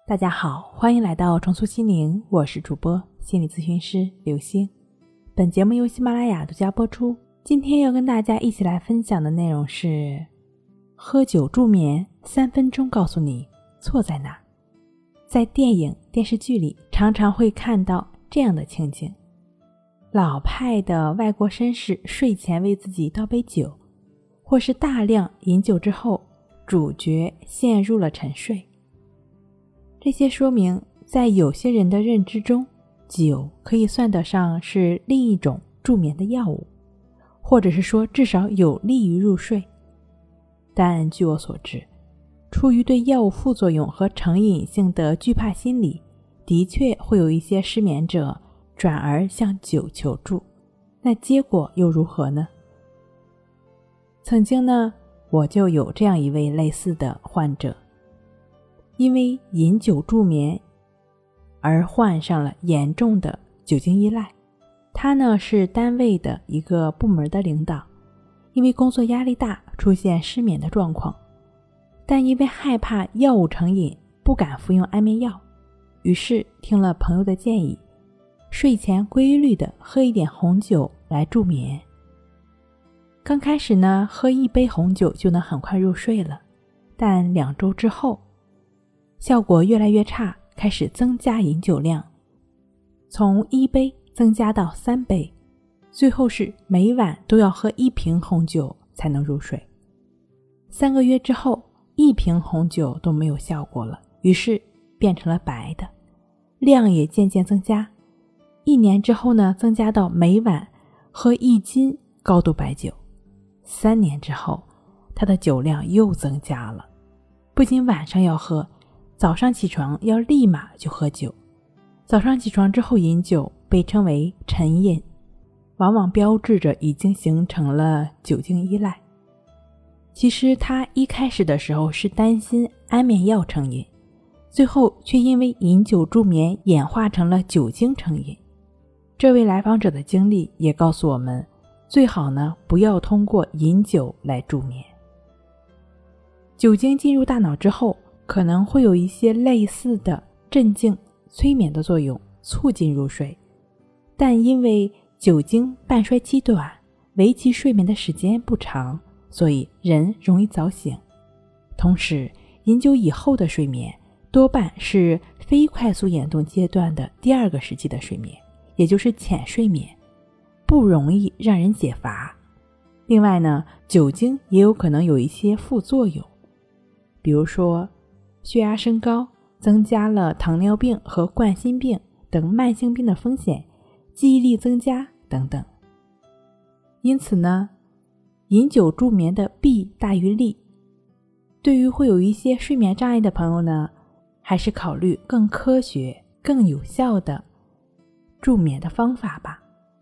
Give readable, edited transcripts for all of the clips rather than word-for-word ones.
大家好，欢迎来到重塑心灵，我是主播心理咨询师刘星。本节目由喜马拉雅独家播出。今天要跟大家一起来分享的内容是：喝酒助眠，3分钟告诉你错在哪。在电影、电视剧里常常会看到这样的情景，老派的外国绅士睡前为自己倒杯酒，或是大量饮酒之后，主角陷入了沉睡。这些说明在有些人的认知中，酒可以算得上是另一种助眠的药物，或者是说至少有利于入睡。但据我所知，出于对药物副作用和成瘾性的惧怕心理，的确会有一些失眠者转而向酒求助。那结果又如何呢？曾经呢，我就有这样一位类似的患者，因为饮酒助眠而患上了严重的酒精依赖。他呢是单位的一个部门的领导，因为工作压力大出现失眠的状况，但因为害怕药物成瘾，不敢服用安眠药，于是听了朋友的建议，睡前规律的喝一点红酒来助眠。刚开始呢，喝1杯红酒就能很快入睡了，但2周之后效果越来越差，开始增加饮酒量，从1杯增加到3杯，最后是每晚都要喝1瓶红酒才能入睡。3个月之后，1瓶红酒都没有效果了，于是变成了白的，量也渐渐增加。1年之后呢，增加到每晚喝1斤高度白酒。3年之后，他的酒量又增加了，不仅晚上要喝，早上起床要立马就喝酒。早上起床之后饮酒被称为晨饮，往往标志着已经形成了酒精依赖。其实他一开始的时候是担心安眠药成瘾，最后却因为饮酒助眠演化成了酒精成瘾。这位来访者的经历也告诉我们，最好呢不要通过饮酒来助眠。酒精进入大脑之后，可能会有一些类似的镇静、催眠的作用，促进入睡。但因为酒精半衰期短，维持睡眠的时间不长，所以人容易早醒。同时，饮酒以后的睡眠多半是非快速眼动阶段的第2个时期的睡眠，也就是浅睡眠，不容易让人解乏。另外呢，酒精也有可能有一些副作用，比如说血压升高，增加了糖尿病和冠心病等慢性病的风险，记忆力增加等等。因此呢，饮酒助眠的弊大于利。对于会有一些睡眠障碍的朋友呢，还是考虑更科学、更有效的助眠的方法吧。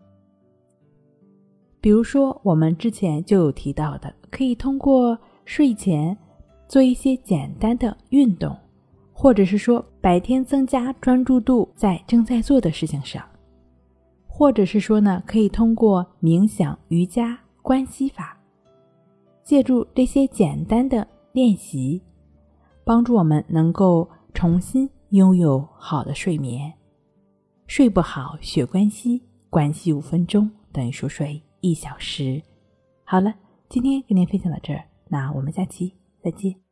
比如说我们之前就有提到的，可以通过睡前做一些简单的运动，或者是说白天增加专注度在正在做的事情上，或者是说呢，可以通过冥想、瑜伽、观息法，借助这些简单的练习，帮助我们能够重新拥有好的睡眠。睡不好学关息，关息5分钟等于熟睡1小时。好了，今天跟您分享到这儿，那我们下期再见。